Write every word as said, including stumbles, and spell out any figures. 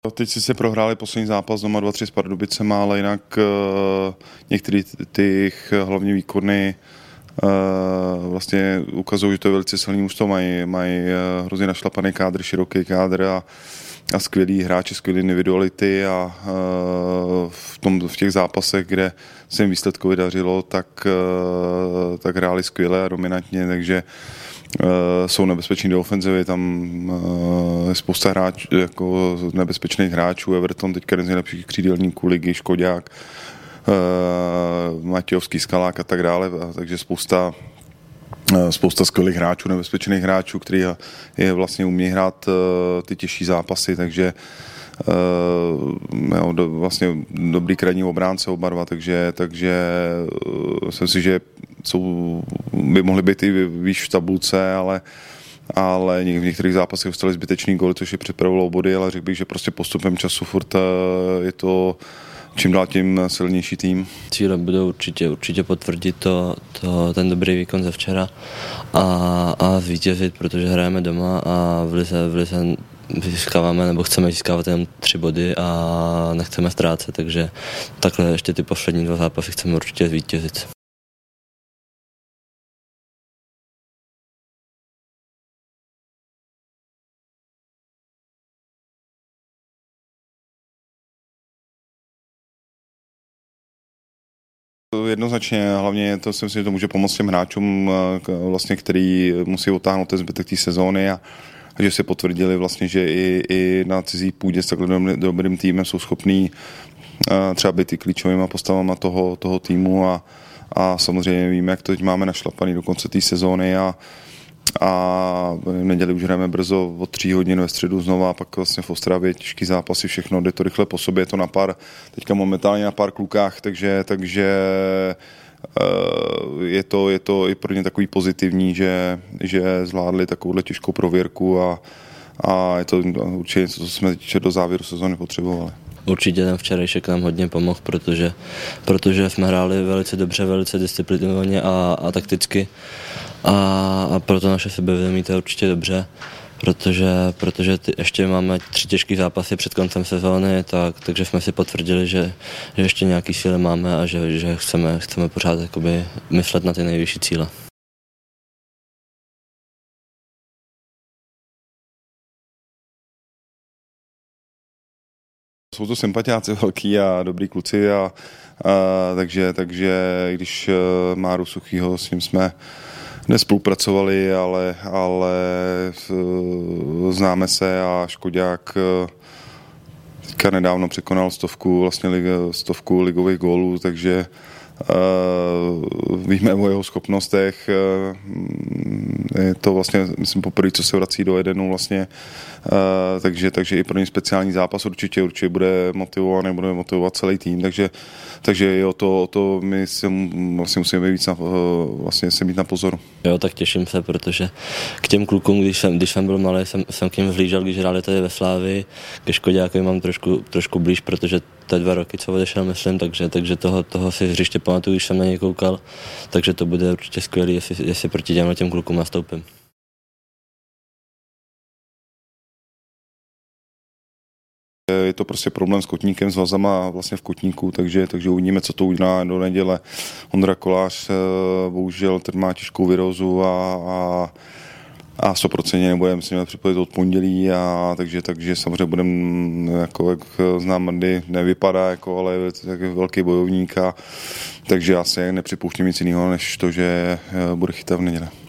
Teď si se prohráli poslední zápas doma dva tři s Pardubicema, ale jinak uh, některé ty hlavní výkony uh, vlastně ukazují, že to je velice silný mužstvo, mají, mají uh, hrozně našlapaný kádr, široký kádr a, a skvělý hráči, skvělé individuality a uh, v, tom, v těch zápasech, kde se jim výsledkově dařilo, tak, uh, tak hráli skvěle a dominantně, takže Uh, jsou nebezpeční do ofenzivy, tam uh, je spousta hráčů, jako nebezpečných hráčů, Everton teďka jeden z nejlepších křídelníků ligy, Škoďák, uh, Matějovský, Skalák a tak dále, a takže spousta uh, spousta skvělých hráčů, nebezpečných hráčů, kteří je vlastně umí hrát uh, ty těžší zápasy, takže Uh, jo, do, vlastně dobrý krajní obránce oba dva, takže, takže uh, myslím si, že jsou, by mohly být i výš v tabulce, ale, ale v některých zápasech dostali zbytečný gól, což je připravilo body, ale řekl bych, že prostě postupem času furt uh, je to čím dál tím silnější tým. Cíle budou určitě, určitě potvrdit to, to, ten dobrý výkon ze včera a, a zvítězit, protože hrajeme doma a v lize, v lize získáváme nebo chceme získávat jenom tři body a nechceme ztrácet, takže takhle ještě ty poslední dva zápasy chceme určitě zvítězit. Jednoznačně, hlavně to si myslím, že to může pomoct těm hráčům, vlastně, který musí otáhnout ten zbytek té sezóny a a že si potvrdili vlastně, že i, i na cizí půdě s takhle dobrým týmem jsou schopní uh, třeba být i klíčovýma postavama toho, toho týmu a, a samozřejmě víme, jak to teď máme našlapaný do konce té sezóny a, a v neděli už hrajeme brzo od tří hodin ve středu znova a pak vlastně v Ostravě těžký zápasy, všechno jde to rychle po sobě, je to na pár, teďka momentálně na pár klukách, takže, takže Je to, je to i pro ně takový pozitivní, že, že zvládli takovouhle těžkou prověrku a, a je to určitě něco, co jsme teď do závěru sezóny potřebovali. Určitě ten včerejšek nám hodně pomohl, protože, protože jsme hráli velice dobře, velice disciplinovaně a, a takticky a, a proto naše sebevědomí to je určitě dobře. Protože, protože ty, ještě máme tři těžké zápasy před koncem sezóny, tak, takže jsme si potvrdili, že, že ještě nějaký síly máme a že, že chceme, chceme pořád jakoby myslet na ty nejvyšší cíle. Jsou to sympatiáci velký a dobrý kluci, a, a, takže, takže když Máru Suchýho, s ním jsme nespolupracovali, ale, ale známe se a Škoďák teďka nedávno překonal stovku, vlastně stovku ligových gólů, takže uh, víme o jeho schopnostech. Je to vlastně, myslím, poprvé, co se vrací do Edenu vlastně, uh, takže, takže i pro ně speciální zápas určitě, určitě bude motivovaný, bude motivovat celý tým, takže, takže i o to, o to my se vlastně musíme víc na, vlastně se mít na pozoru. Jo, tak těším se, protože k těm klukům, když jsem, když jsem byl malý, jsem, jsem k něm vhlížel, když hráli tady ve Slávii, ke Škoďákovi mám trošku, trošku blíž, protože to je dva roky, co odešel, myslím, takže, takže toho, toho si hřiště pamatuju, když jsem na něj koukal, takže to bude určitě skvělý, jestli, jestli proti těmhle těm klukům nastoupím. Je to prostě problém s kotníkem, s vazama vlastně v kotníku, takže, takže uvidíme, co to udělá do neděle. Ondra Kolář bohužel ten má těžkou virózu a, a, a sto procent nebude, myslím, připojit od pondělí, a takže, takže samozřejmě budeme, jako jak znám Andy, nevypadá, jako, ale je velký bojovník, a takže já si nepřipouštím nic jiného, než to, že bude chytat v neděli.